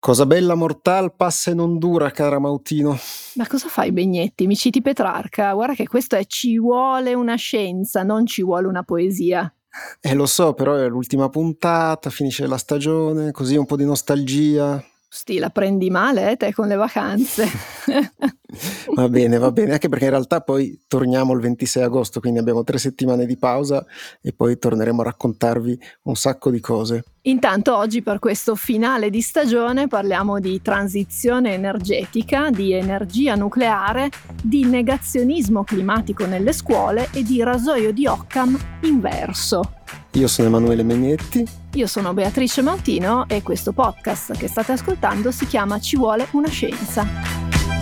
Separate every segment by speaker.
Speaker 1: Cosa bella mortal passa e non dura, cara Mautino.
Speaker 2: Ma cosa fai, Begnetti? Mi citi Petrarca? Guarda che questo è Ci vuole una scienza, non ci vuole una poesia.
Speaker 1: Lo so, però è l'ultima puntata, finisce la stagione, così un po' di nostalgia.
Speaker 2: Sti, la prendi male, te, con le vacanze.
Speaker 1: Va bene, anche perché in realtà poi torniamo il 26 agosto, quindi abbiamo 3 settimane di pausa e poi torneremo a raccontarvi un sacco di cose.
Speaker 2: Intanto oggi, per questo finale di stagione, parliamo di transizione energetica, di energia nucleare, di negazionismo climatico nelle scuole e di rasoio di Occam inverso.
Speaker 1: Io sono Emanuele Megnetti.
Speaker 2: Io sono Beatrice Mautino e questo podcast che state ascoltando si chiama Ci vuole una scienza.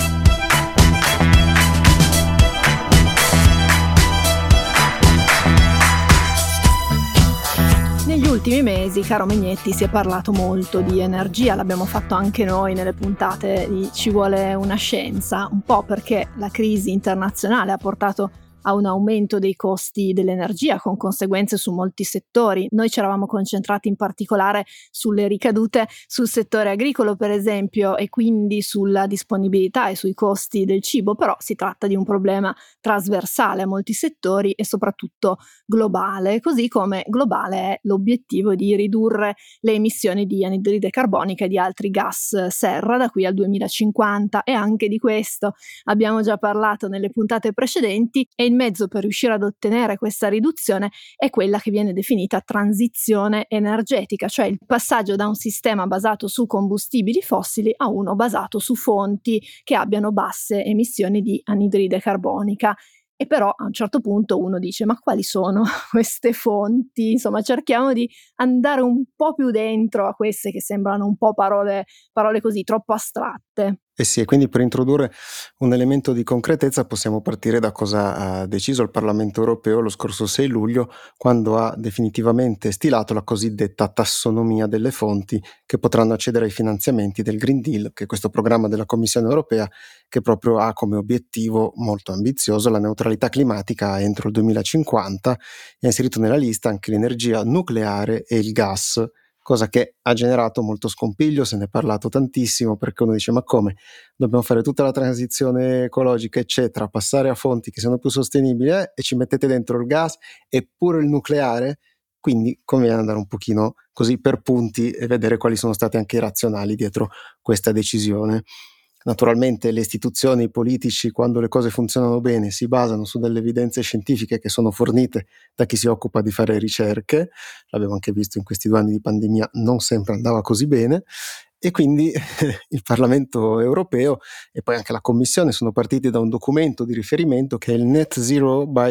Speaker 2: Negli ultimi mesi, caro Megnetti, si è parlato molto di energia, l'abbiamo fatto anche noi nelle puntate di Ci vuole una scienza, un po' perché la crisi internazionale ha portato a un aumento dei costi dell'energia con conseguenze su molti settori. Noi ci eravamo concentrati in particolare sulle ricadute sul settore agricolo, per esempio, e quindi sulla disponibilità e sui costi del cibo, però si tratta di un problema trasversale a molti settori e soprattutto globale, così come globale è l'obiettivo di ridurre le emissioni di anidride carbonica e di altri gas serra da qui al 2050, e anche di questo abbiamo già parlato nelle puntate precedenti, e il mezzo per riuscire ad ottenere questa riduzione è quella che viene definita transizione energetica, cioè il passaggio da un sistema basato su combustibili fossili a uno basato su fonti che abbiano basse emissioni di anidride carbonica. E però a un certo punto uno dice: ma quali sono queste fonti? Insomma, cerchiamo di andare un po' più dentro a queste che sembrano un po' parole così troppo astratte.
Speaker 1: Sì, e quindi per introdurre un elemento di concretezza possiamo partire da cosa ha deciso il Parlamento europeo lo scorso 6 luglio, quando ha definitivamente stilato la cosiddetta tassonomia delle fonti che potranno accedere ai finanziamenti del Green Deal, che è questo programma della Commissione europea che proprio ha come obiettivo molto ambizioso la neutralità climatica entro il 2050, e ha inserito nella lista anche l'energia nucleare e il gas, cosa che ha generato molto scompiglio. Se ne è parlato tantissimo, perché uno dice: ma come? Dobbiamo fare tutta la transizione ecologica, eccetera, passare a fonti che siano più sostenibili, e ci mettete dentro il gas e pure il nucleare? Quindi conviene andare un pochino così per punti e vedere quali sono stati anche i razionali dietro questa decisione. Naturalmente le istituzioni, i politici, quando le cose funzionano bene, si basano su delle evidenze scientifiche che sono fornite da chi si occupa di fare ricerche. L'abbiamo anche visto in questi 2 anni di pandemia, non sempre andava così bene, e quindi il Parlamento europeo e poi anche la Commissione sono partiti da un documento di riferimento che è il Net Zero by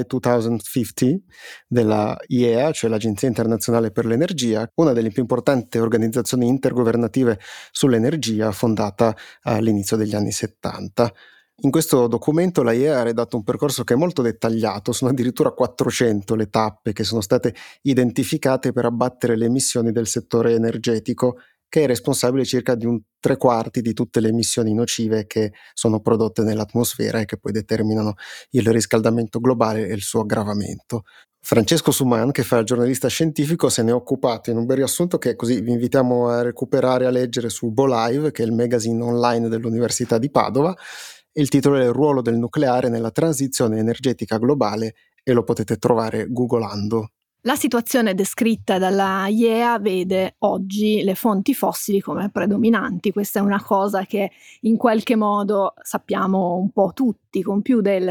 Speaker 1: 2050 della IEA, cioè l'Agenzia Internazionale per l'Energia, una delle più importanti organizzazioni intergovernative sull'energia, fondata all'inizio degli anni 70. In questo documento la IEA ha redatto un percorso che è molto dettagliato, sono addirittura 400 le tappe che sono state identificate per abbattere le emissioni del settore energetico, che è responsabile circa di un 3/4 di tutte le emissioni nocive che sono prodotte nell'atmosfera e che poi determinano il riscaldamento globale e il suo aggravamento. Francesco Suman, che fa il giornalista scientifico, se ne è occupato in un bel riassunto che così vi invitiamo a recuperare, a leggere su BoLive, che è il magazine online dell'Università di Padova. Il titolo è Il ruolo del nucleare nella transizione energetica globale e lo potete trovare googolando.
Speaker 2: La situazione descritta dalla IEA vede oggi le fonti fossili come predominanti. Questa è una cosa che in qualche modo sappiamo un po' tutti, con più del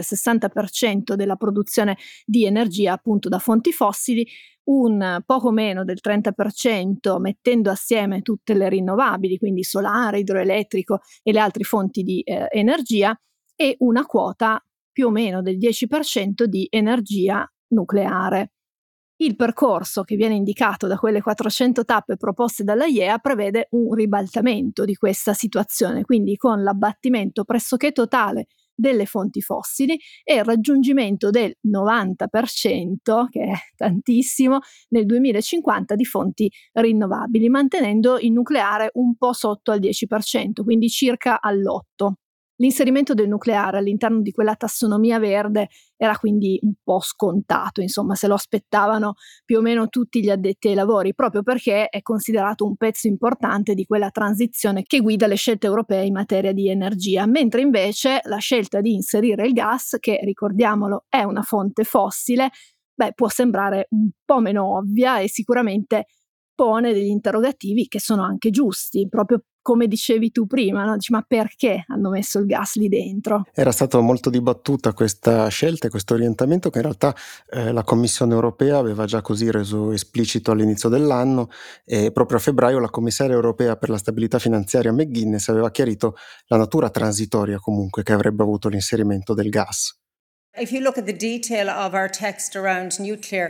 Speaker 2: 60% della produzione di energia appunto da fonti fossili, un poco meno del 30% mettendo assieme tutte le rinnovabili, quindi solare, idroelettrico e le altre fonti di energia, e una quota più o meno del 10% di energia nucleare. Il percorso che viene indicato da quelle 400 tappe proposte dalla IEA prevede un ribaltamento di questa situazione, quindi con l'abbattimento pressoché totale delle fonti fossili e il raggiungimento del 90%, che è tantissimo, nel 2050 di fonti rinnovabili, mantenendo il nucleare un po' sotto al 10%, quindi circa all'8%. L'inserimento del nucleare all'interno di quella tassonomia verde era quindi un po' scontato, insomma, se lo aspettavano più o meno tutti gli addetti ai lavori, proprio perché è considerato un pezzo importante di quella transizione che guida le scelte europee in materia di energia, mentre invece la scelta di inserire il gas, che ricordiamolo è una fonte fossile, può sembrare un po' meno ovvia e sicuramente pone degli interrogativi che sono anche giusti, proprio come dicevi tu prima, no? Dici, ma perché hanno messo il gas lì dentro?
Speaker 1: Era stata molto dibattuta questa scelta e questo orientamento che in realtà la Commissione europea aveva già così reso esplicito all'inizio dell'anno, e proprio a febbraio la commissaria europea per la stabilità finanziaria McGuinness aveva chiarito la natura transitoria comunque che avrebbe avuto l'inserimento del gas.
Speaker 3: If you look at the detail of our text around nuclear,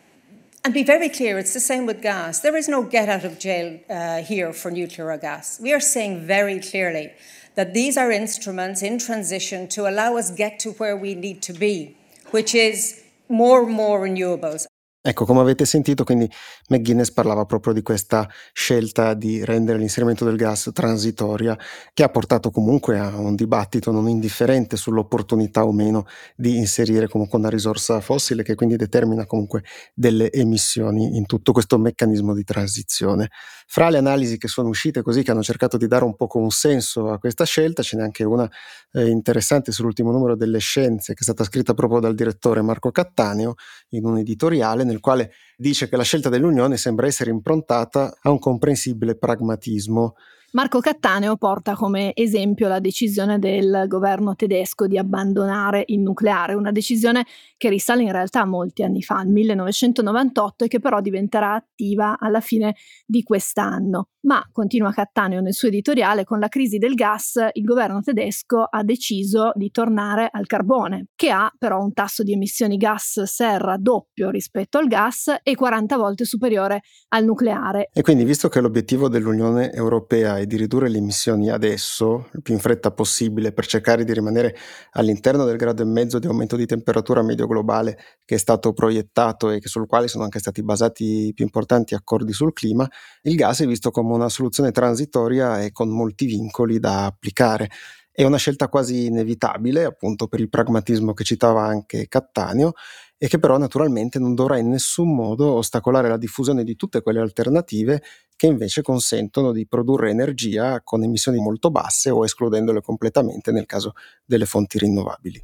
Speaker 3: and be very clear, it's the same with gas. There is no get out of jail here for nuclear or gas. We are saying very clearly that these are instruments in transition to allow us get to where we need to be, which is more and more renewables.
Speaker 1: Ecco, come avete sentito, quindi McGuinness parlava proprio di questa scelta di rendere l'inserimento del gas transitoria, che ha portato comunque a un dibattito non indifferente sull'opportunità o meno di inserire comunque una risorsa fossile che quindi determina comunque delle emissioni in tutto questo meccanismo di transizione. Fra le analisi che sono uscite così, che hanno cercato di dare un poco un senso a questa scelta, ce n'è anche una interessante sull'ultimo numero delle Scienze, che è stata scritta proprio dal direttore Marco Cattaneo in un editoriale nel quale dice che la scelta dell'Unione sembra essere improntata a un comprensibile pragmatismo.
Speaker 2: Marco Cattaneo porta come esempio la decisione del governo tedesco di abbandonare il nucleare, una decisione che risale in realtà a molti anni fa, al 1998, e che però diventerà attiva alla fine di quest'anno. Ma, continua Cattaneo nel suo editoriale, con la crisi del gas il governo tedesco ha deciso di tornare al carbone, che ha però un tasso di emissioni gas serra doppio rispetto al gas e 40 volte superiore al nucleare.
Speaker 1: E quindi, visto che l'obiettivo dell'Unione Europea è di ridurre le emissioni adesso, il più in fretta possibile, per cercare di rimanere all'interno del 1,5 gradi di aumento di temperatura medio globale che è stato proiettato e sul quale sono anche stati basati i più importanti accordi sul clima, il gas è visto come una soluzione transitoria e con molti vincoli da applicare. È una scelta quasi inevitabile, appunto per il pragmatismo che citava anche Cattaneo, e che però naturalmente non dovrà in nessun modo ostacolare la diffusione di tutte quelle alternative che invece consentono di produrre energia con emissioni molto basse o escludendole completamente nel caso delle fonti rinnovabili.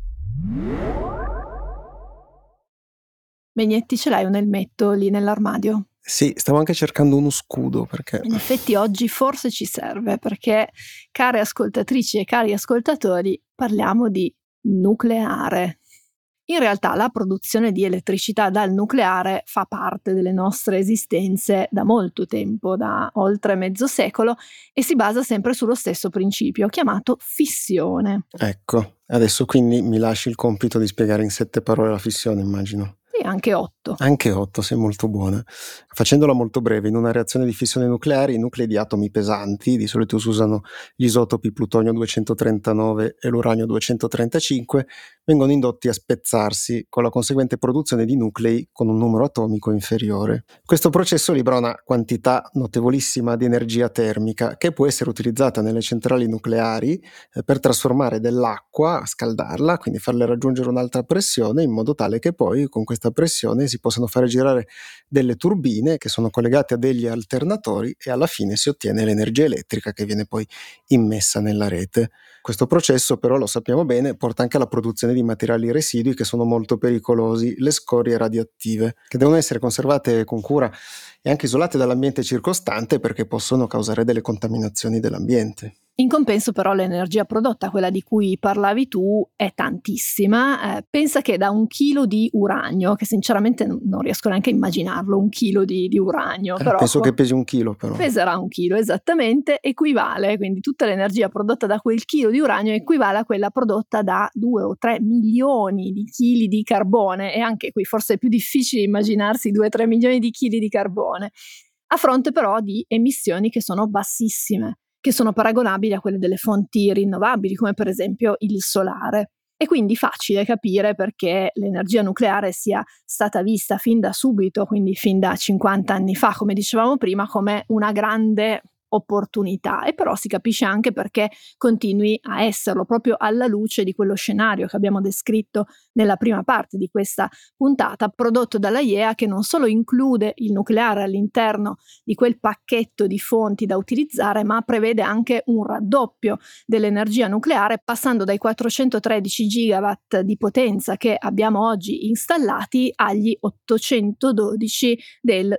Speaker 2: Megnetti, ce l'hai un elmetto lì nell'armadio?
Speaker 1: Sì, stavo anche cercando uno scudo perché...
Speaker 2: In effetti oggi forse ci serve, perché, care ascoltatrici e cari ascoltatori, parliamo di nucleare. In realtà la produzione di elettricità dal nucleare fa parte delle nostre esistenze da molto tempo, da oltre mezzo secolo, e si basa sempre sullo stesso principio, chiamato fissione.
Speaker 1: Ecco, adesso quindi mi lasci il compito di spiegare in 7 parole la fissione, immagino.
Speaker 2: Sì, anche 8.
Speaker 1: Anche 8, sei molto buona. Facendola molto breve, in una reazione di fissione nucleare i nuclei di atomi pesanti, di solito si usano gli isotopi plutonio 239 e l'uranio 235, vengono indotti a spezzarsi con la conseguente produzione di nuclei con un numero atomico inferiore. Questo processo libera una quantità notevolissima di energia termica che può essere utilizzata nelle centrali nucleari per trasformare dell'acqua, scaldarla, quindi farle raggiungere un'alta pressione in modo tale che poi con questa pressione si possano fare girare delle turbine che sono collegate a degli alternatori e alla fine si ottiene l'energia elettrica che viene poi immessa nella rete. Questo processo però, lo sappiamo bene, porta anche alla produzione di materiali residui che sono molto pericolosi, le scorie radioattive, che devono essere conservate con cura e anche isolate dall'ambiente circostante perché possono causare delle contaminazioni dell'ambiente.
Speaker 2: In compenso però l'energia prodotta, quella di cui parlavi tu, è tantissima. Pensa che da 1 chilo di uranio, che sinceramente non riesco neanche a immaginarlo, 1 chilo di uranio. Però
Speaker 1: penso che pesi 1 chilo però.
Speaker 2: Peserà 1 chilo, esattamente, equivale, quindi tutta l'energia prodotta da quel chilo di uranio equivale a quella prodotta da 2 o 3 milioni di chili di carbone, e anche qui forse è più difficile immaginarsi 2 o 3 milioni di chili di carbone, a fronte però di emissioni che sono bassissime, che sono paragonabili a quelle delle fonti rinnovabili, come per esempio il solare. È quindi facile capire perché l'energia nucleare sia stata vista fin da subito, quindi fin da 50 anni fa, come dicevamo prima, come una grande opportunità, e però si capisce anche perché continui a esserlo, proprio alla luce di quello scenario che abbiamo descritto nella prima parte di questa puntata, prodotto dalla IEA, che non solo include il nucleare all'interno di quel pacchetto di fonti da utilizzare, ma prevede anche un raddoppio dell'energia nucleare, passando dai 413 gigawatt di potenza che abbiamo oggi installati agli 812 del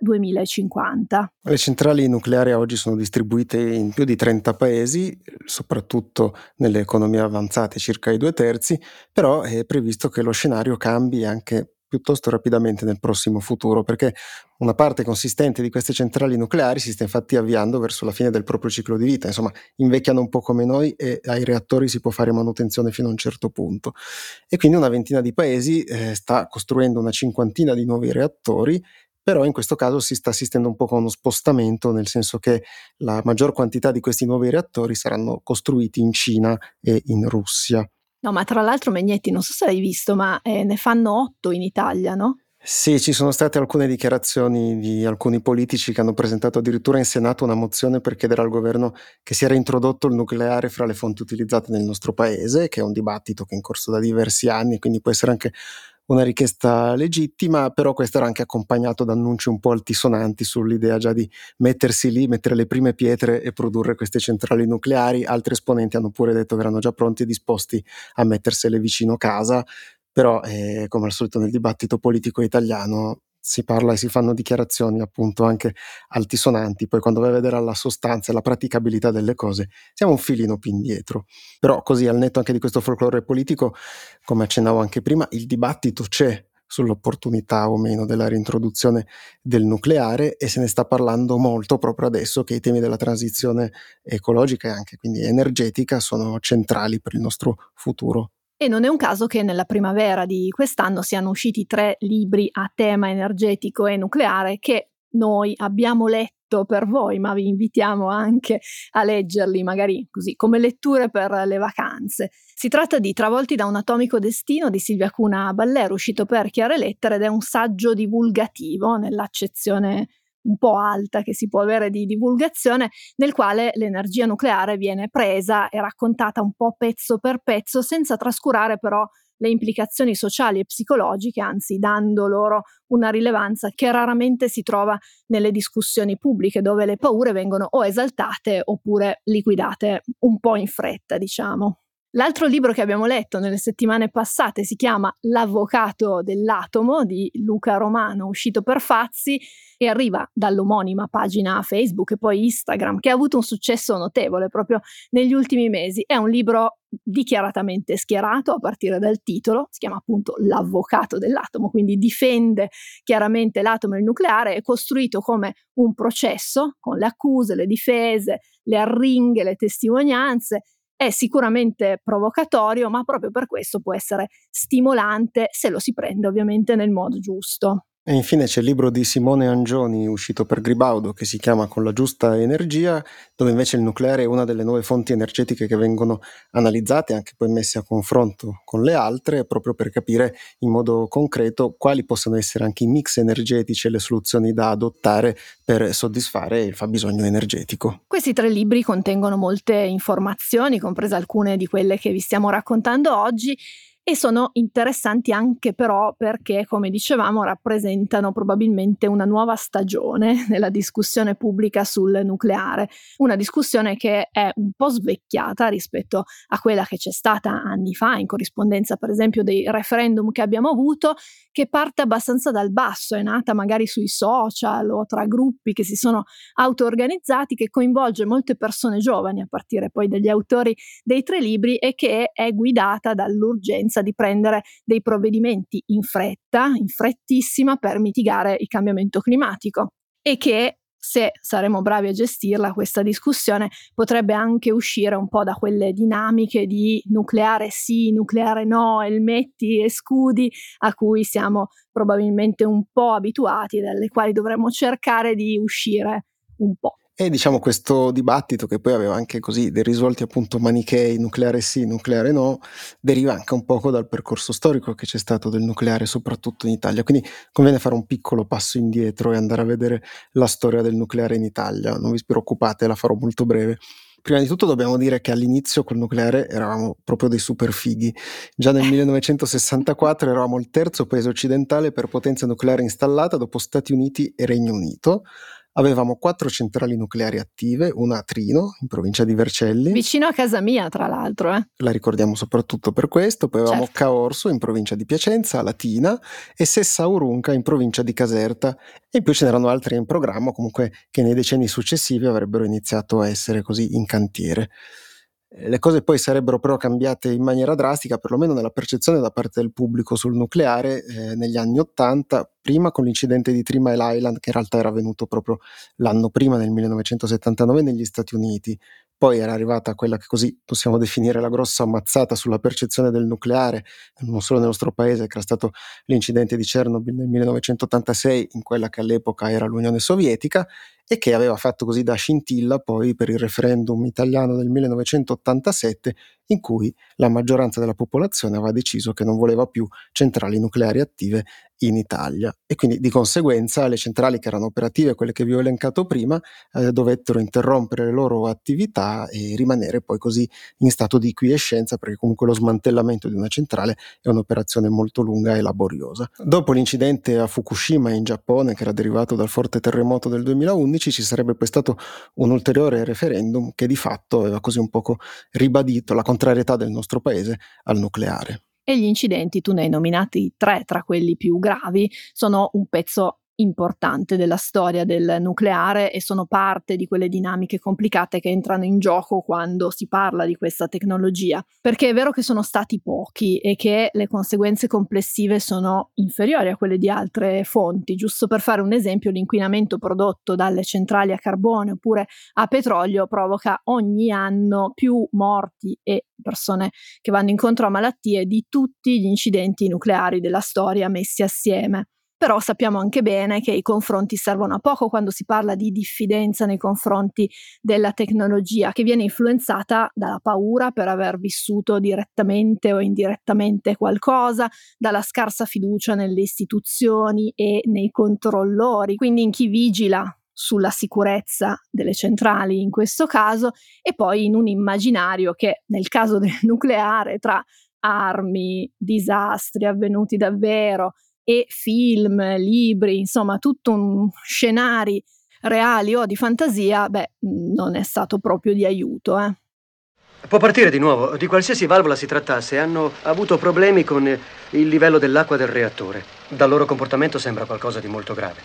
Speaker 2: 2050.
Speaker 1: Le centrali nucleari oggi sono distribuite in più di 30 paesi, soprattutto nelle economie avanzate, circa i 2/3, però è previsto che lo scenario cambi anche piuttosto rapidamente nel prossimo futuro, perché una parte consistente di queste centrali nucleari si sta infatti avviando verso la fine del proprio ciclo di vita, insomma invecchiano un po' come noi e ai reattori si può fare manutenzione fino a un certo punto. E quindi una ventina di paesi sta costruendo una cinquantina di nuovi reattori, però in questo caso si sta assistendo un po' a uno spostamento, nel senso che la maggior quantità di questi nuovi reattori saranno costruiti in Cina e in Russia.
Speaker 2: No, ma tra l'altro, Megnetti, non so se l'hai visto, ma ne fanno 8 in Italia, no?
Speaker 1: Sì, ci sono state alcune dichiarazioni di alcuni politici che hanno presentato addirittura in Senato una mozione per chiedere al governo che sia reintrodotto il nucleare fra le fonti utilizzate nel nostro paese, che è un dibattito che è in corso da diversi anni, quindi può essere anche una richiesta legittima, però questo era anche accompagnato da annunci un po' altisonanti sull'idea già di mettersi lì, mettere le prime pietre e produrre queste centrali nucleari. Altri esponenti hanno pure detto che erano già pronti e disposti a mettersele vicino casa, però come al solito nel dibattito politico italiano si parla e si fanno dichiarazioni appunto anche altisonanti, poi quando vai a vedere alla sostanza e alla praticabilità delle cose siamo un filino più indietro. Però così, al netto anche di questo folklore politico, come accennavo anche prima, il dibattito c'è sull'opportunità o meno della reintroduzione del nucleare, e se ne sta parlando molto proprio adesso che i temi della transizione ecologica e anche quindi energetica sono centrali per il nostro futuro.
Speaker 2: E non è un caso che nella primavera di quest'anno siano usciti 3 libri a tema energetico e nucleare che noi abbiamo letto per voi, ma vi invitiamo anche a leggerli, magari così come letture per le vacanze. Si tratta di Travolti da un atomico destino di Silvia Cuna Ballero, uscito per Chiare Lettere, ed è un saggio divulgativo nell'accezione un po' alta che si può avere di divulgazione, nel quale l'energia nucleare viene presa e raccontata un po' pezzo per pezzo, senza trascurare però le implicazioni sociali e psicologiche, anzi dando loro una rilevanza che raramente si trova nelle discussioni pubbliche, dove le paure vengono o esaltate oppure liquidate un po' in fretta, diciamo. L'altro libro che abbiamo letto nelle settimane passate si chiama L'avvocato dell'atomo di Luca Romano, uscito per Fazzi, e arriva dall'omonima pagina Facebook e poi Instagram, che ha avuto un successo notevole proprio negli ultimi mesi. È un libro dichiaratamente schierato a partire dal titolo, si chiama appunto L'avvocato dell'atomo, quindi difende chiaramente l'atomo e il nucleare, è costruito come un processo con le accuse, le difese, le arringhe, le testimonianze. È sicuramente provocatorio, ma proprio per questo può essere stimolante se lo si prende ovviamente nel modo giusto.
Speaker 1: E infine c'è il libro di Simone Angioni, uscito per Gribaudo, che si chiama Con la giusta energia, dove invece il nucleare è una delle nuove fonti energetiche che vengono analizzate e anche poi messe a confronto con le altre, proprio per capire in modo concreto quali possono essere anche i mix energetici e le soluzioni da adottare per soddisfare il fabbisogno energetico.
Speaker 2: Questi 3 libri contengono molte informazioni, comprese alcune di quelle che vi stiamo raccontando oggi, e sono interessanti anche però perché, come dicevamo, rappresentano probabilmente una nuova stagione nella discussione pubblica sul nucleare, una discussione che è un po' svecchiata rispetto a quella che c'è stata anni fa, in corrispondenza per esempio dei referendum che abbiamo avuto, che parte abbastanza dal basso, è nata magari sui social o tra gruppi che si sono auto-organizzati, che coinvolge molte persone giovani, a partire poi dagli autori dei 3 libri, e che è guidata dall'urgenza di prendere dei provvedimenti in fretta, in frettissima, per mitigare il cambiamento climatico, e che, se saremo bravi a gestirla questa discussione, potrebbe anche uscire un po' da quelle dinamiche di nucleare sì, nucleare no, elmetti e scudi a cui siamo probabilmente un po' abituati e dalle quali dovremmo cercare di uscire un po'.
Speaker 1: E diciamo questo dibattito, che poi aveva anche così dei risvolti appunto manichei, nucleare sì, nucleare no, deriva anche un poco dal percorso storico che c'è stato del nucleare, soprattutto in Italia. Quindi conviene fare un piccolo passo indietro e andare a vedere la storia del nucleare in Italia. Non vi preoccupate, la farò molto breve. Prima di tutto dobbiamo dire che all'inizio col nucleare eravamo proprio dei super fighi. Già nel 1964 eravamo il terzo paese occidentale per potenza nucleare installata dopo Stati Uniti e Regno Unito. Avevamo 4 centrali nucleari attive, una a Trino, in provincia di Vercelli.
Speaker 2: Vicino a casa mia, tra l'altro.
Speaker 1: La ricordiamo soprattutto per questo. Poi avevamo
Speaker 2: Certo.
Speaker 1: Caorso, in provincia di Piacenza, Latina, e Sessa Aurunca, in provincia di Caserta. E poi ce n'erano altri in programma, comunque, che nei decenni successivi avrebbero iniziato a essere così in cantiere. Le cose poi sarebbero però cambiate in maniera drastica, perlomeno nella percezione da parte del pubblico sul nucleare, negli anni '80, prima con l'incidente di 3 Mile Island, che in realtà era avvenuto proprio l'anno prima, nel 1979, negli Stati Uniti. Poi era arrivata quella che così possiamo definire la grossa ammazzata sulla percezione del nucleare, non solo nel nostro paese, che era stato l'incidente di Chernobyl nel 1986, in quella che all'epoca era l'Unione Sovietica, e che aveva fatto così da scintilla poi per il referendum italiano del 1987, in cui la maggioranza della popolazione aveva deciso che non voleva più centrali nucleari attive in Italia, e quindi di conseguenza le centrali che erano operative, quelle che vi ho elencato prima, dovettero interrompere le loro attività e rimanere poi così in stato di quiescenza, perché comunque lo smantellamento di una centrale è un'operazione molto lunga e laboriosa. Dopo l'incidente a Fukushima in Giappone, che era derivato dal forte terremoto del 2011, ci sarebbe poi stato un ulteriore referendum che di fatto aveva così un poco ribadito la contrarietà del nostro paese al nucleare.
Speaker 2: E gli incidenti, tu ne hai nominati 3 tra quelli più gravi, sono un pezzo importante della storia del nucleare e sono parte di quelle dinamiche complicate che entrano in gioco quando si parla di questa tecnologia. Perché è vero che sono stati pochi e che le conseguenze complessive sono inferiori a quelle di altre fonti. Giusto per fare un esempio, l'inquinamento prodotto dalle centrali a carbone oppure a petrolio provoca ogni anno più morti e persone che vanno incontro a malattie di tutti gli incidenti nucleari della storia messi assieme. Però sappiamo anche bene che i confronti servono a poco quando si parla di diffidenza nei confronti della tecnologia, che viene influenzata dalla paura per aver vissuto direttamente o indirettamente qualcosa, dalla scarsa fiducia nelle istituzioni e nei controllori, quindi in chi vigila sulla sicurezza delle centrali in questo caso, e poi in un immaginario che nel caso del nucleare, tra armi, disastri avvenuti davvero e film, libri, insomma tutto un scenari reali o di fantasia, non è stato proprio di aiuto.
Speaker 4: Può partire di nuovo. Di qualsiasi valvola si trattasse, hanno avuto problemi con il livello dell'acqua del reattore. Dal loro comportamento sembra qualcosa di molto grave.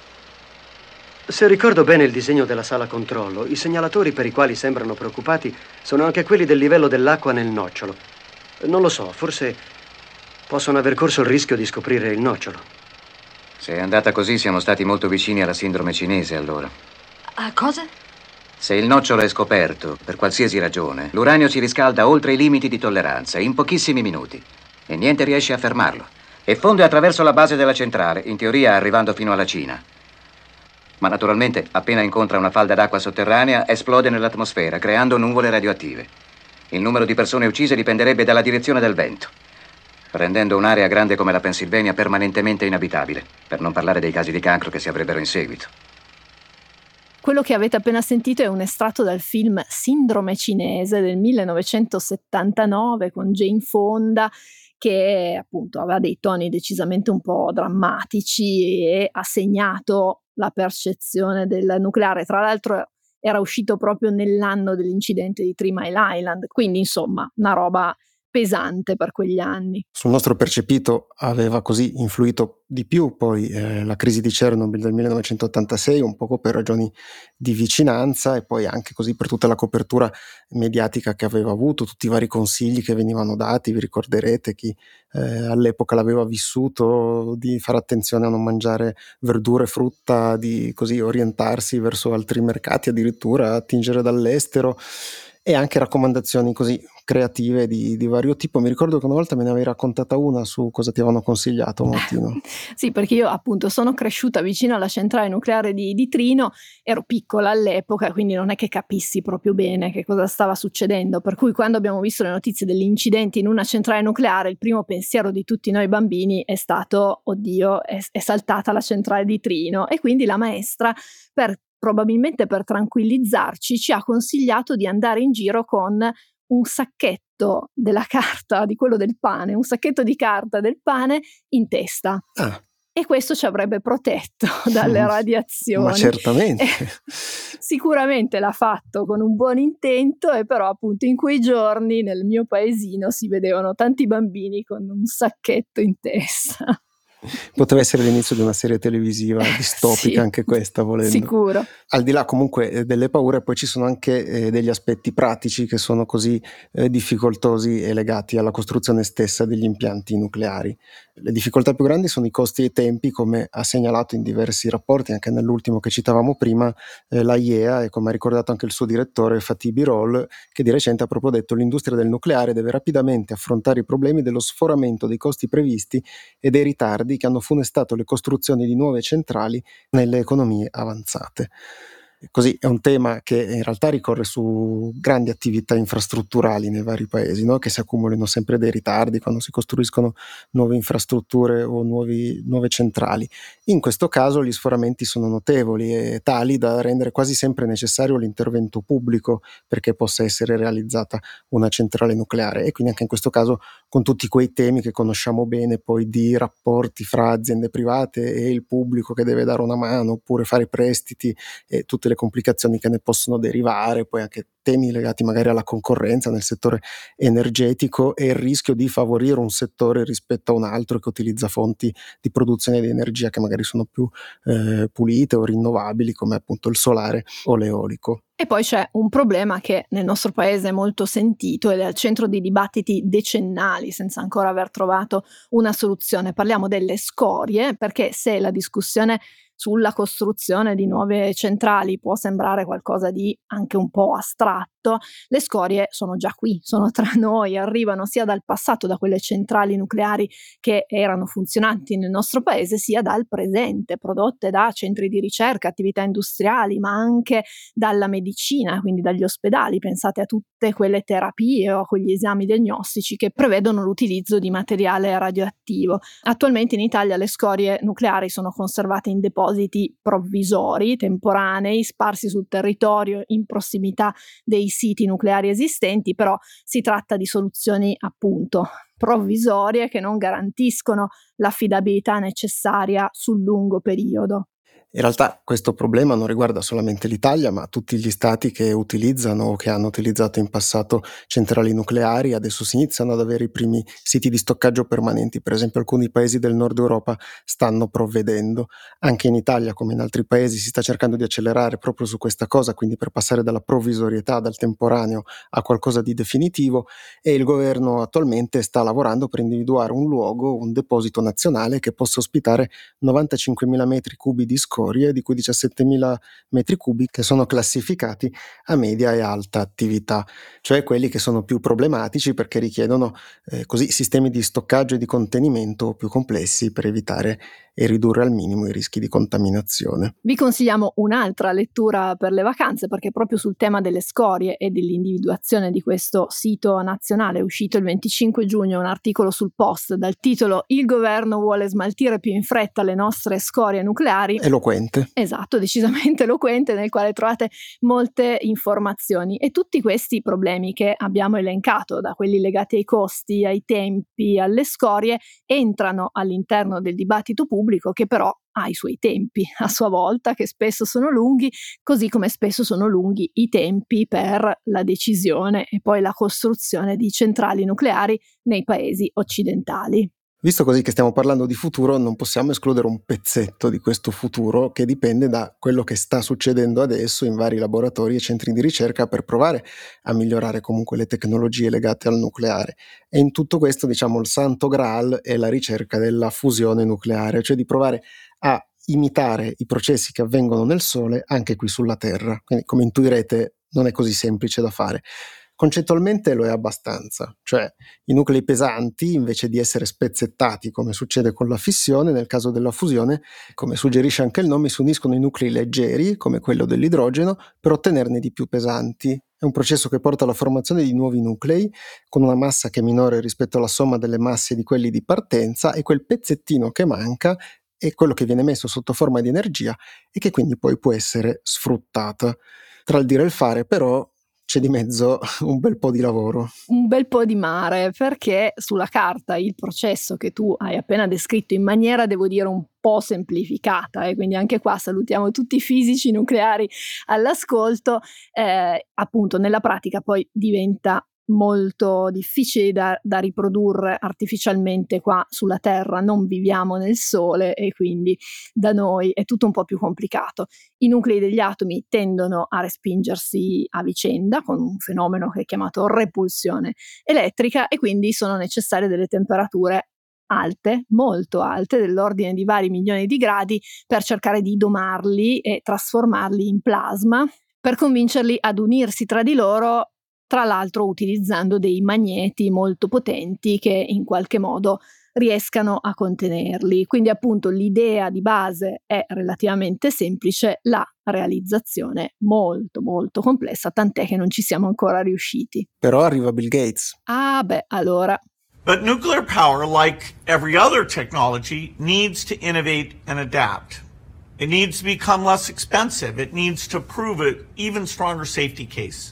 Speaker 4: Se ricordo bene il disegno della sala controllo, i segnalatori per i quali sembrano preoccupati sono anche quelli del livello dell'acqua nel nocciolo. Non lo so, forse possono aver corso il rischio di scoprire il nocciolo.
Speaker 5: Se è andata così, siamo stati molto vicini alla sindrome cinese, allora.
Speaker 6: A cosa?
Speaker 5: Se il nocciolo è scoperto, per qualsiasi ragione, l'uranio si riscalda oltre i limiti di tolleranza, in pochissimi minuti. E niente riesce a fermarlo. E fonde attraverso la base della centrale, in teoria arrivando fino alla Cina. Ma naturalmente, appena incontra una falda d'acqua sotterranea, esplode nell'atmosfera, creando nuvole radioattive. Il numero di persone uccise dipenderebbe dalla direzione del vento, rendendo un'area grande come la Pennsylvania permanentemente inabitabile, per non parlare dei casi di cancro che si avrebbero in seguito.
Speaker 2: Quello che avete appena sentito è un estratto dal film Sindrome cinese del 1979 con Jane Fonda, che appunto aveva dei toni decisamente un po' drammatici e ha segnato la percezione del nucleare. Tra l'altro era uscito proprio nell'anno dell'incidente di 3 Mile Island, quindi insomma una roba pesante per quegli anni.
Speaker 1: Sul nostro percepito aveva così influito di più poi la crisi di Chernobyl del 1986, un poco per ragioni di vicinanza e poi anche così per tutta la copertura mediatica che aveva avuto, tutti i vari consigli che venivano dati. Vi ricorderete, chi all'epoca l'aveva vissuto, di fare attenzione a non mangiare verdure e frutta, di così orientarsi verso altri mercati, addirittura attingere dall'estero, e anche raccomandazioni così creative di vario tipo. Mi ricordo che una volta me ne avevi raccontata una su cosa ti avevano consigliato, Martino.
Speaker 2: Sì, perché io appunto sono cresciuta vicino alla centrale nucleare di Trino, ero piccola all'epoca, quindi non è che capissi proprio bene che cosa stava succedendo, per cui quando abbiamo visto le notizie degli incidenti in una centrale nucleare, il primo pensiero di tutti noi bambini è stato: oddio, è saltata la centrale di Trino. E quindi la maestra, probabilmente per tranquillizzarci, ci ha consigliato di andare in giro con un sacchetto della carta, di quello del pane, un sacchetto di carta del pane in testa.
Speaker 1: Ah.
Speaker 2: E questo ci avrebbe protetto dalle radiazioni.
Speaker 1: Ma certamente.
Speaker 2: Sicuramente l'ha fatto con un buon intento, e però appunto in quei giorni nel mio paesino si vedevano tanti bambini con un sacchetto in testa.
Speaker 1: Poteva essere l'inizio di una serie televisiva distopica, sì, anche questa, volendo.
Speaker 2: Sicuro.
Speaker 1: Al di là comunque delle paure, poi ci sono anche degli aspetti pratici che sono così difficoltosi e legati alla costruzione stessa degli impianti nucleari. Le difficoltà più grandi sono i costi e i tempi, come ha segnalato in diversi rapporti, anche nell'ultimo che citavamo prima, la IEA, e come ha ricordato anche il suo direttore Fatih Birol, che di recente ha proprio detto: l'industria del nucleare deve rapidamente affrontare i problemi dello sforamento dei costi previsti e dei ritardi che hanno funestato le costruzioni di nuove centrali nelle economie avanzate. Così è un tema che in realtà ricorre su grandi attività infrastrutturali nei vari paesi, no? Che si accumulino sempre dei ritardi quando si costruiscono nuove infrastrutture o nuove centrali. In questo caso gli sforamenti sono notevoli e tali da rendere quasi sempre necessario l'intervento pubblico perché possa essere realizzata una centrale nucleare, e quindi anche in questo caso con tutti quei temi che conosciamo bene poi di rapporti fra aziende private e il pubblico che deve dare una mano oppure fare prestiti e tutte le complicazioni che ne possono derivare, poi anche temi legati magari alla concorrenza nel settore energetico e il rischio di favorire un settore rispetto a un altro che utilizza fonti di produzione di energia che magari sono più pulite o rinnovabili, come appunto il solare o l'eolico.
Speaker 2: E poi c'è un problema che nel nostro paese è molto sentito ed è al centro di dibattiti decennali senza ancora aver trovato una soluzione. Parliamo delle scorie, perché se la discussione sulla costruzione di nuove centrali può sembrare qualcosa di anche un po' astratto, le scorie sono già qui, sono tra noi, arrivano sia dal passato, da quelle centrali nucleari che erano funzionanti nel nostro paese, sia dal presente, prodotte da centri di ricerca, attività industriali, ma anche dalla medicina, quindi dagli ospedali. Pensate a tutte quelle terapie o a quegli esami diagnostici che prevedono l'utilizzo di materiale radioattivo. Attualmente in Italia le scorie nucleari sono conservate in depositi provvisori, temporanei, sparsi sul territorio in prossimità dei siti nucleari esistenti, però si tratta di soluzioni appunto provvisorie che non garantiscono l'affidabilità necessaria sul lungo periodo.
Speaker 1: In realtà questo problema non riguarda solamente l'Italia, ma tutti gli stati che utilizzano o che hanno utilizzato in passato centrali nucleari. Adesso si iniziano ad avere i primi siti di stoccaggio permanenti, per esempio alcuni paesi del nord Europa stanno provvedendo. Anche in Italia, come in altri paesi, si sta cercando di accelerare proprio su questa cosa, quindi per passare dalla provvisorietà, dal temporaneo a qualcosa di definitivo, e il governo attualmente sta lavorando per individuare un luogo, un deposito nazionale che possa ospitare 95.000 metri cubi di scorie, di cui 17.000 metri cubi che sono classificati a media e alta attività, cioè quelli che sono più problematici perché richiedono così sistemi di stoccaggio e di contenimento più complessi per evitare e ridurre al minimo i rischi di contaminazione.
Speaker 2: Vi consigliamo un'altra lettura per le vacanze, perché proprio sul tema delle scorie e dell'individuazione di questo sito nazionale è uscito il 25 giugno un articolo sul Post dal titolo "Il governo vuole smaltire più in fretta le nostre scorie nucleari".
Speaker 1: Eloquente.
Speaker 2: Esatto, decisamente eloquente, nel quale trovate molte informazioni, e tutti questi problemi che abbiamo elencato, da quelli legati ai costi, ai tempi, alle scorie, entrano all'interno del dibattito pubblico, che però ha i suoi tempi a sua volta, che spesso sono lunghi, così come spesso sono lunghi i tempi per la decisione e poi la costruzione di centrali nucleari nei paesi occidentali.
Speaker 1: Visto così che stiamo parlando di futuro, non possiamo escludere un pezzetto di questo futuro che dipende da quello che sta succedendo adesso in vari laboratori e centri di ricerca per provare a migliorare comunque le tecnologie legate al nucleare. E in tutto questo, diciamo, il santo graal è la ricerca della fusione nucleare, cioè di provare a imitare i processi che avvengono nel Sole anche qui sulla Terra. Quindi, come intuirete, non è così semplice da fare. Concettualmente lo è abbastanza, cioè i nuclei pesanti, invece di essere spezzettati come succede con la fissione, nel caso della fusione, come suggerisce anche il nome, si uniscono i nuclei leggeri, come quello dell'idrogeno, per ottenerne di più pesanti. È un processo che porta alla formazione di nuovi nuclei, con una massa che è minore rispetto alla somma delle masse di quelli di partenza, e quel pezzettino che manca è quello che viene messo sotto forma di energia e che quindi poi può essere sfruttata. Tra il dire e il fare, però, c'è di mezzo un bel po' di lavoro.
Speaker 2: Un bel po' di mare, perché sulla carta il processo che tu hai appena descritto in maniera, devo dire, un po' semplificata, e quindi anche qua salutiamo tutti i fisici nucleari all'ascolto, appunto nella pratica poi diventa molto difficili da riprodurre artificialmente qua sulla Terra. Non viviamo nel Sole e quindi da noi è tutto un po' più complicato. I nuclei degli atomi tendono a respingersi a vicenda con un fenomeno che è chiamato repulsione elettrica, e quindi sono necessarie delle temperature alte, molto alte, dell'ordine di vari milioni di gradi, per cercare di domarli e trasformarli in plasma, per convincerli ad unirsi tra di loro, tra l'altro utilizzando dei magneti molto potenti che in qualche modo riescano a contenerli. Quindi appunto l'idea di base è relativamente semplice, la realizzazione molto molto complessa, tant'è che non ci siamo ancora riusciti.
Speaker 1: Però arriva Bill Gates.
Speaker 2: Ah beh, allora.
Speaker 6: But nuclear power, like every other technology, needs to innovate and adapt. It needs to become less expensive. It needs to prove an even stronger safety case.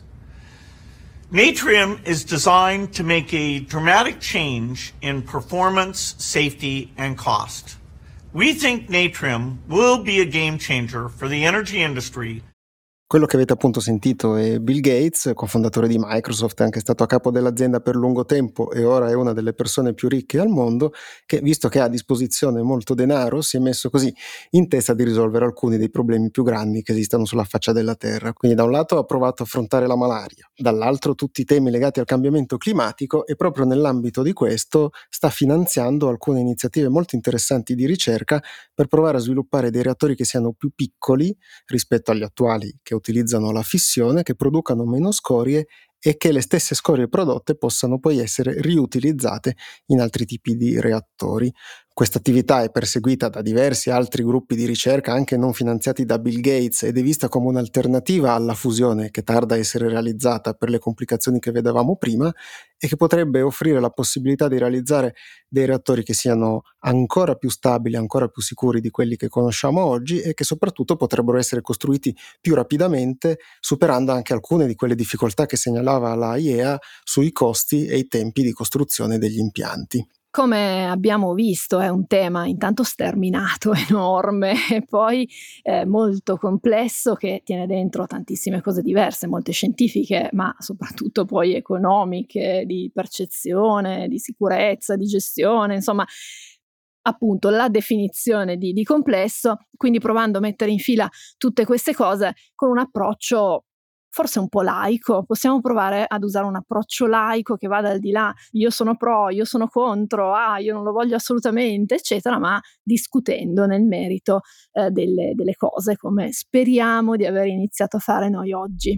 Speaker 6: Natrium is designed to make a dramatic change in performance, safety, and cost. We think Natrium will be a game changer for the energy industry.
Speaker 1: Quello che avete appunto sentito è Bill Gates, cofondatore di Microsoft, è anche stato a capo dell'azienda per lungo tempo e ora è una delle persone più ricche al mondo, che, visto che ha a disposizione molto denaro, si è messo così in testa di risolvere alcuni dei problemi più grandi che esistono sulla faccia della Terra. Quindi da un lato ha provato a affrontare la malaria, dall'altro tutti i temi legati al cambiamento climatico, e proprio nell'ambito di questo sta finanziando alcune iniziative molto interessanti di ricerca per provare a sviluppare dei reattori che siano più piccoli rispetto agli attuali, che utilizzano la fissione, che producano meno scorie e che le stesse scorie prodotte possano poi essere riutilizzate in altri tipi di reattori. Questa attività è perseguita da diversi altri gruppi di ricerca, anche non finanziati da Bill Gates, ed è vista come un'alternativa alla fusione che tarda a essere realizzata per le complicazioni che vedevamo prima, e che potrebbe offrire la possibilità di realizzare dei reattori che siano ancora più stabili, ancora più sicuri di quelli che conosciamo oggi, e che soprattutto potrebbero essere costruiti più rapidamente, superando anche alcune di quelle difficoltà che segnalava la IEA sui costi e i tempi di costruzione degli impianti.
Speaker 2: Come abbiamo visto è un tema intanto sterminato, enorme, e poi molto complesso, che tiene dentro tantissime cose diverse, molte scientifiche, ma soprattutto poi economiche, di percezione, di sicurezza, di gestione, insomma appunto la definizione di complesso, quindi provando a mettere in fila tutte queste cose con un approccio forse un po' laico. Possiamo provare ad usare un approccio laico che vada al di là, io sono pro, io sono contro, io non lo voglio assolutamente, eccetera, ma discutendo nel merito delle cose, come speriamo di aver iniziato a fare noi oggi.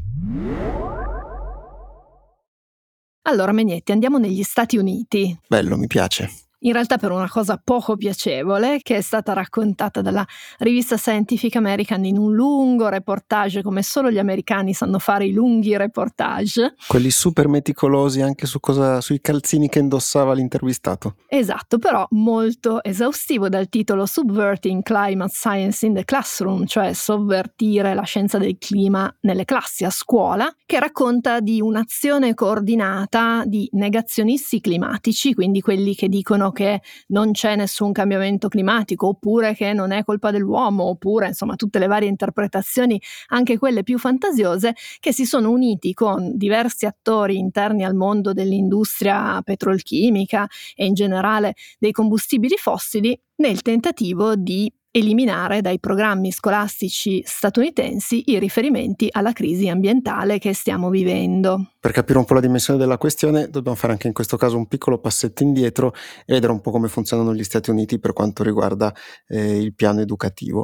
Speaker 2: Allora, Megnetti, andiamo negli Stati Uniti.
Speaker 1: Bello, mi piace.
Speaker 2: In realtà per una cosa poco piacevole, che è stata raccontata dalla rivista Scientific American in un lungo reportage, come solo gli americani sanno fare i lunghi reportage.
Speaker 1: Quelli super meticolosi anche sui calzini che indossava l'intervistato.
Speaker 2: Esatto, però molto esaustivo, dal titolo Subverting Climate Science in the Classroom, cioè sovvertire la scienza del clima nelle classi a scuola, che racconta di un'azione coordinata di negazionisti climatici, quindi quelli che dicono che non c'è nessun cambiamento climatico, oppure che non è colpa dell'uomo, oppure insomma tutte le varie interpretazioni, anche quelle più fantasiose, che si sono uniti con diversi attori interni al mondo dell'industria petrolchimica e in generale dei combustibili fossili, nel tentativo di eliminare dai programmi scolastici statunitensi i riferimenti alla crisi ambientale che stiamo vivendo.
Speaker 1: Per capire un po' la dimensione della questione dobbiamo fare anche in questo caso un piccolo passetto indietro e vedere un po' come funzionano gli Stati Uniti per quanto riguarda il piano educativo.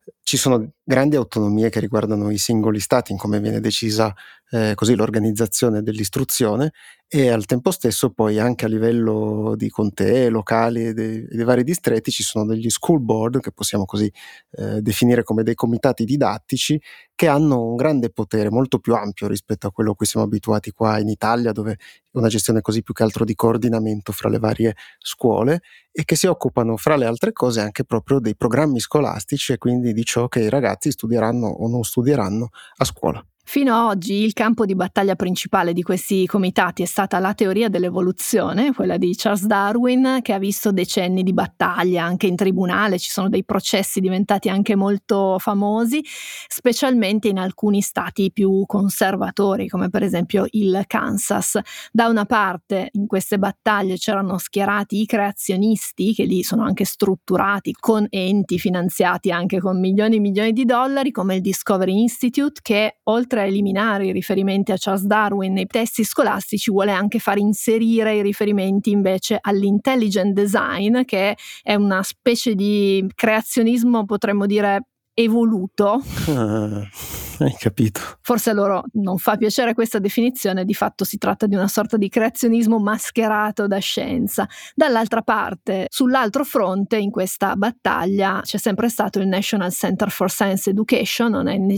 Speaker 1: Ci sono grandi autonomie che riguardano i singoli stati in come viene decisa così l'organizzazione dell'istruzione, e al tempo stesso poi anche a livello di contee locali e dei vari distretti ci sono degli school board, che possiamo così definire come dei comitati didattici, che hanno un grande potere, molto più ampio rispetto a quello a cui siamo abituati qua in Italia, dove è una gestione così più che altro di coordinamento fra le varie scuole, e che si occupano fra le altre cose anche proprio dei programmi scolastici e quindi di ciò che i ragazzi studieranno o non studieranno a scuola.
Speaker 2: Fino a oggi il campo di battaglia principale di questi comitati è stata la teoria dell'evoluzione, quella di Charles Darwin, che ha visto decenni di battaglia anche in tribunale. Ci sono dei processi diventati anche molto famosi, specialmente in alcuni stati più conservatori, come per esempio il Kansas. Da una parte in queste battaglie c'erano schierati i creazionisti, che lì sono anche strutturati con enti finanziati anche con milioni e milioni di dollari, come il Discovery Institute, che oltre a eliminare i riferimenti a Charles Darwin nei testi scolastici vuole anche far inserire i riferimenti invece all'intelligent design, che è una specie di creazionismo, potremmo dire, evoluto.
Speaker 1: Hai capito.
Speaker 2: Forse a loro non fa piacere questa definizione, di fatto si tratta di una sorta di creazionismo mascherato da scienza. Dall'altra parte, sull'altro fronte, in questa battaglia c'è sempre stato il National Center for Science Education,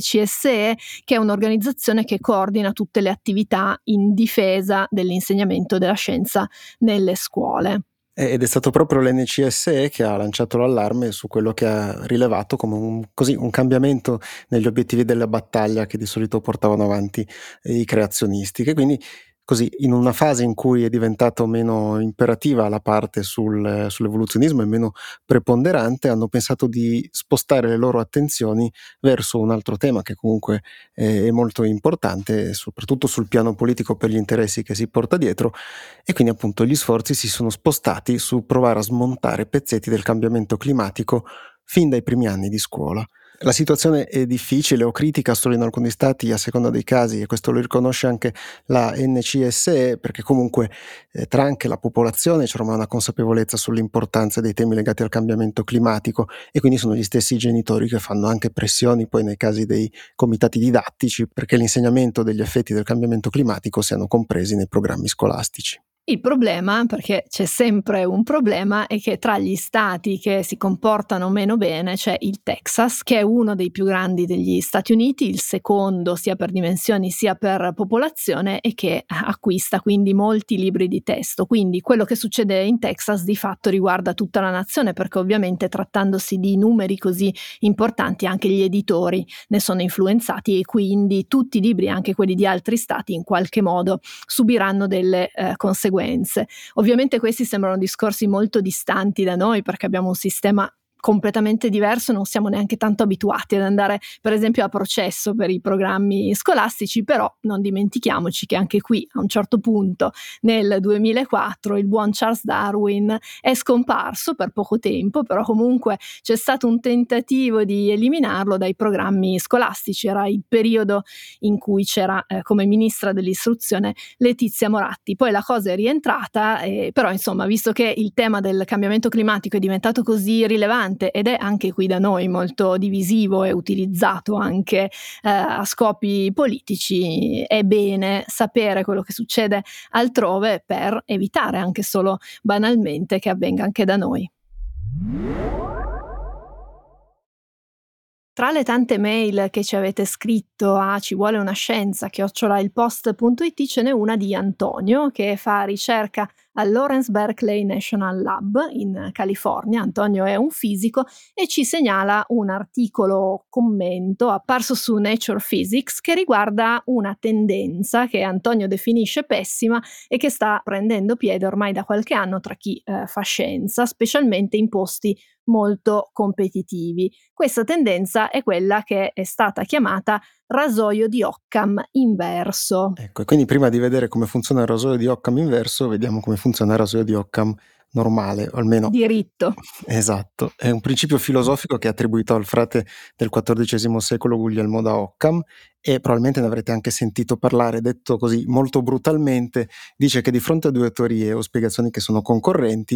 Speaker 2: NCSE, che è un'organizzazione che coordina tutte le attività in difesa dell'insegnamento della scienza nelle scuole.
Speaker 1: Ed è stato proprio l'NCSE che ha lanciato l'allarme su quello che ha rilevato come un cambiamento negli obiettivi della battaglia che di solito portavano avanti i creazionisti, che quindi così in una fase in cui è diventato meno imperativa la parte sull'evoluzionismo e meno preponderante, hanno pensato di spostare le loro attenzioni verso un altro tema che comunque è molto importante, soprattutto sul piano politico per gli interessi che si porta dietro, e quindi appunto gli sforzi si sono spostati su provare a smontare pezzetti del cambiamento climatico fin dai primi anni di scuola. La situazione è difficile o critica solo in alcuni stati a seconda dei casi, e questo lo riconosce anche la NCSE, perché comunque tra anche la popolazione c'è ormai una consapevolezza sull'importanza dei temi legati al cambiamento climatico, e quindi sono gli stessi genitori che fanno anche pressioni poi nei casi dei comitati didattici perché l'insegnamento degli effetti del cambiamento climatico siano compresi nei programmi scolastici.
Speaker 2: Il problema, perché c'è sempre un problema, è che tra gli stati che si comportano meno bene c'è il Texas, che è uno dei più grandi degli Stati Uniti, il secondo sia per dimensioni sia per popolazione, e che acquista quindi molti libri di testo. Quindi quello che succede in Texas di fatto riguarda tutta la nazione, perché ovviamente trattandosi di numeri così importanti anche gli editori ne sono influenzati, e quindi tutti i libri, anche quelli di altri stati, in qualche modo subiranno delle conseguenze. Ovviamente questi sembrano discorsi molto distanti da noi, perché abbiamo un sistema completamente diverso, non siamo neanche tanto abituati ad andare per esempio a processo per i programmi scolastici, però non dimentichiamoci che anche qui a un certo punto nel 2004 il buon Charles Darwin è scomparso per poco tempo, però comunque c'è stato un tentativo di eliminarlo dai programmi scolastici. Era il periodo in cui c'era come ministra dell'istruzione Letizia Moratti. Poi la cosa è rientrata, però insomma, visto che il tema del cambiamento climatico è diventato così rilevante ed è anche qui da noi molto divisivo e utilizzato anche a scopi politici, è bene sapere quello che succede altrove per evitare anche solo banalmente che avvenga anche da noi. Tra le tante mail che ci avete scritto a civuoleunascienza@ilpost.it ce n'è una di Antonio, che fa ricerca al Lawrence Berkeley National Lab in California. Antonio è un fisico e ci segnala un articolo commento apparso su Nature Physics che riguarda una tendenza che Antonio definisce pessima e che sta prendendo piede ormai da qualche anno tra chi fa scienza, specialmente in posti molto competitivi. Questa tendenza è quella che è stata chiamata rasoio di Occam inverso.
Speaker 1: Ecco, e quindi prima di vedere come funziona il rasoio di Occam inverso, vediamo come funziona il rasoio di Occam normale, o almeno
Speaker 2: diritto.
Speaker 1: Esatto, è un principio filosofico che è attribuito al frate del XIV secolo Guglielmo da Occam, e probabilmente ne avrete anche sentito parlare. Detto così molto brutalmente, dice che di fronte a due teorie o spiegazioni che sono concorrenti,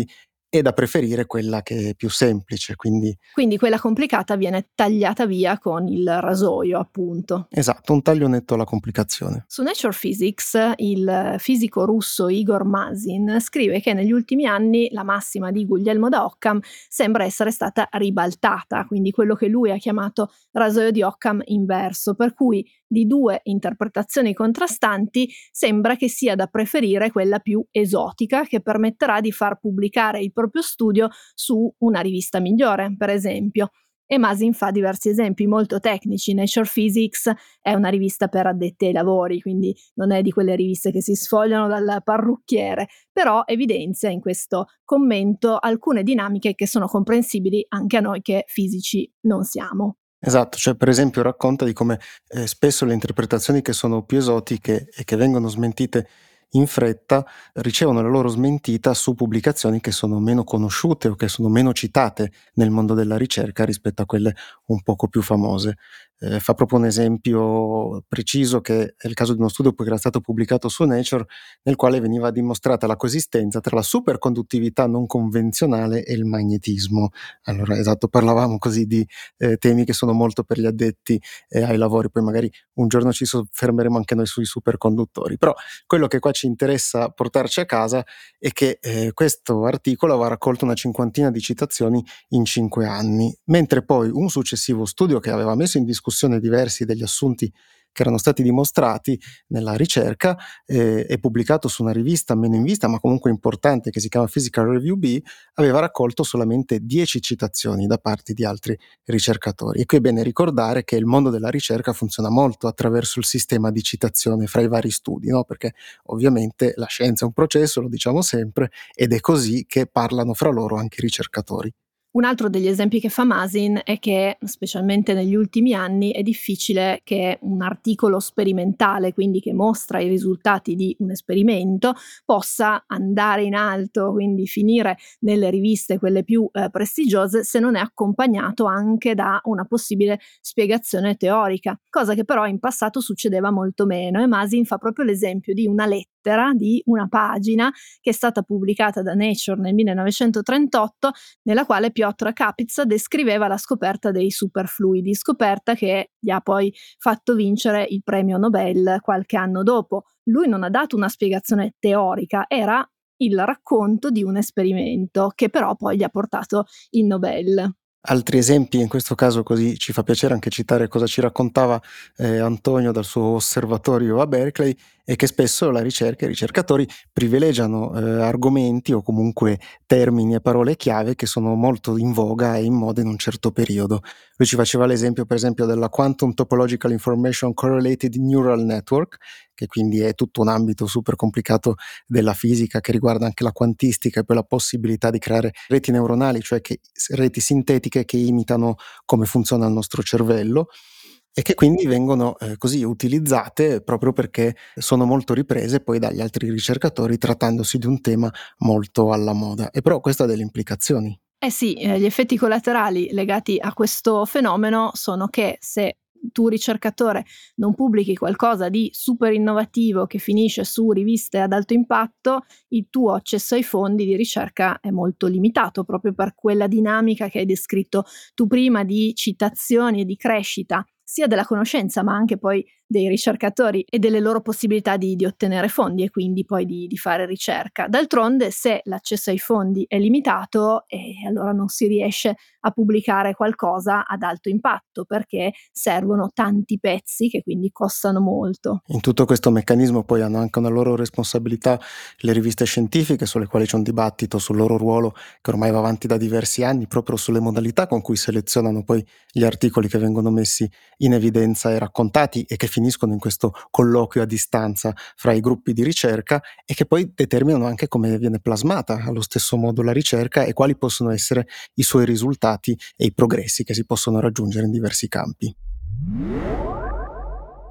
Speaker 1: è da preferire quella che è più semplice, quindi
Speaker 2: quella complicata viene tagliata via con il rasoio, appunto.
Speaker 1: esatto, un taglio netto alla complicazione.
Speaker 2: Su Nature Physics, il fisico russo Igor Masin scrive che negli ultimi anni la massima di Guglielmo da Occam sembra essere stata ribaltata, quindi quello che lui ha chiamato rasoio di Occam inverso, per cui di due interpretazioni contrastanti sembra che sia da preferire quella più esotica, che permetterà di far pubblicare il proprio studio su una rivista migliore, per esempio. E Masin fa diversi esempi molto tecnici. Nature Physics è una rivista per addetti ai lavori, quindi non è di quelle riviste che si sfogliano dal parrucchiere, però evidenzia in questo commento alcune dinamiche che sono comprensibili anche a noi che fisici non siamo.
Speaker 1: Esatto, cioè per esempio racconta di come spesso le interpretazioni che sono più esotiche e che vengono smentite in fretta ricevono la loro smentita su pubblicazioni che sono meno conosciute o che sono meno citate nel mondo della ricerca rispetto a quelle un poco più famose. Fa proprio un esempio preciso che è il caso di uno studio che era stato pubblicato su Nature nel quale veniva dimostrata la coesistenza tra la superconduttività non convenzionale e il magnetismo. Allora, esatto, parlavamo così di temi che sono molto per gli addetti ai lavori, poi magari un giorno ci soffermeremo anche noi sui superconduttori, però quello che qua ci interessa portarci a casa è che questo articolo aveva raccolto una cinquantina di citazioni in 5 anni, mentre poi un successivo studio che aveva messo in discussione diversi degli assunti che erano stati dimostrati nella ricerca è pubblicato su una rivista meno in vista ma comunque importante che si chiama Physical Review B, aveva raccolto solamente 10 citazioni da parte di altri ricercatori. E qui è bene ricordare che il mondo della ricerca funziona molto attraverso il sistema di citazione fra i vari studi, no? Perché ovviamente la scienza è un processo, lo diciamo sempre, ed è così che parlano fra loro anche i ricercatori.
Speaker 2: Un altro degli esempi che fa Masin è che, specialmente negli ultimi anni, è difficile che un articolo sperimentale, quindi che mostra i risultati di un esperimento, possa andare in alto, quindi finire nelle riviste, quelle più prestigiose, se non è accompagnato anche da una possibile spiegazione teorica, cosa che però in passato succedeva molto meno. E Masin fa proprio l'esempio di una lettera, di una pagina, che è stata pubblicata da Nature nel 1938, nella quale Piotr Kapitsa descriveva la scoperta dei superfluidi, scoperta che gli ha poi fatto vincere il premio Nobel qualche anno dopo. Lui non ha dato una spiegazione teorica, era il racconto di un esperimento che però poi gli ha portato il Nobel.
Speaker 1: Altri esempi, in questo caso così ci fa piacere anche citare cosa ci raccontava Antonio dal suo osservatorio a Berkeley, è che spesso la ricerca e i ricercatori privilegiano argomenti o comunque termini e parole chiave che sono molto in voga e in moda in un certo periodo. Lui ci faceva l'esempio per esempio della Quantum Topological Information Correlated Neural Network, che quindi è tutto un ambito super complicato della fisica che riguarda anche la quantistica e poi la possibilità di creare reti neuronali, cioè reti sintetiche che imitano come funziona il nostro cervello e che quindi vengono così utilizzate proprio perché sono molto riprese poi dagli altri ricercatori trattandosi di un tema molto alla moda. E però questo ha delle implicazioni.
Speaker 2: Eh sì, gli effetti collaterali legati a questo fenomeno sono che se tu ricercatore non pubblichi qualcosa di super innovativo che finisce su riviste ad alto impatto, il tuo accesso ai fondi di ricerca è molto limitato, proprio per quella dinamica che hai descritto tu prima di citazioni e di crescita sia della conoscenza ma anche poi dei ricercatori e delle loro possibilità di ottenere fondi e quindi poi di fare ricerca. D'altronde, se l'accesso ai fondi è limitato, allora non si riesce a pubblicare qualcosa ad alto impatto perché servono tanti pezzi che quindi costano molto.
Speaker 1: In tutto questo meccanismo poi hanno anche una loro responsabilità le riviste scientifiche, sulle quali c'è un dibattito sul loro ruolo che ormai va avanti da diversi anni, proprio sulle modalità con cui selezionano poi gli articoli che vengono messi in evidenza e raccontati e che finiscono in questo colloquio a distanza fra i gruppi di ricerca e che poi determinano anche come viene plasmata allo stesso modo la ricerca e quali possono essere i suoi risultati e i progressi che si possono raggiungere in diversi campi.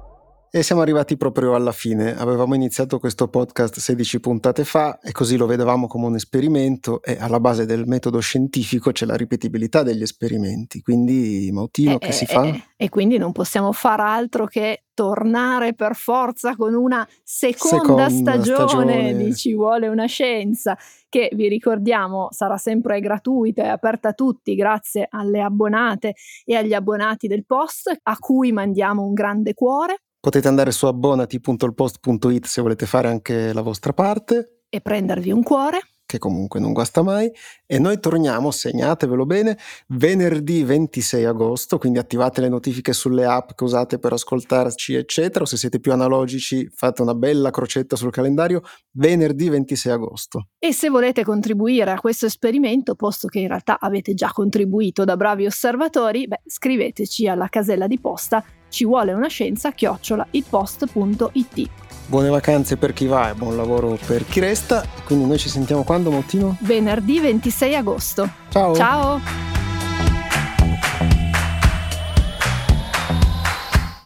Speaker 1: E siamo arrivati proprio alla fine. Avevamo iniziato questo podcast 16 puntate fa e così lo vedevamo come un esperimento, e alla base del metodo scientifico c'è la ripetibilità degli esperimenti. Quindi, Mautino, che si fa?
Speaker 2: E quindi non possiamo far altro che tornare per forza con una seconda stagione di Ci vuole una scienza, che vi ricordiamo sarà sempre gratuita e aperta a tutti grazie alle abbonate e agli abbonati del Post, a cui mandiamo un grande cuore.
Speaker 1: Potete andare su abbonati.ilpost.it se volete fare anche la vostra parte.
Speaker 2: E prendervi un cuore.
Speaker 1: Che comunque non guasta mai. E noi torniamo, segnatevelo bene, venerdì 26 agosto, quindi attivate le notifiche sulle app che usate per ascoltarci, eccetera, o se siete più analogici fate una bella crocetta sul calendario, venerdì 26 agosto.
Speaker 2: E se volete contribuire a questo esperimento, posto che in realtà avete già contribuito da bravi osservatori, scriveteci alla casella di posta civuoleunascienza@ilpost.it.
Speaker 1: Buone vacanze per chi va e buon lavoro per chi resta. Quindi noi ci sentiamo quando, Mautino?
Speaker 2: Venerdì 26 agosto.
Speaker 1: Ciao!
Speaker 2: Ciao!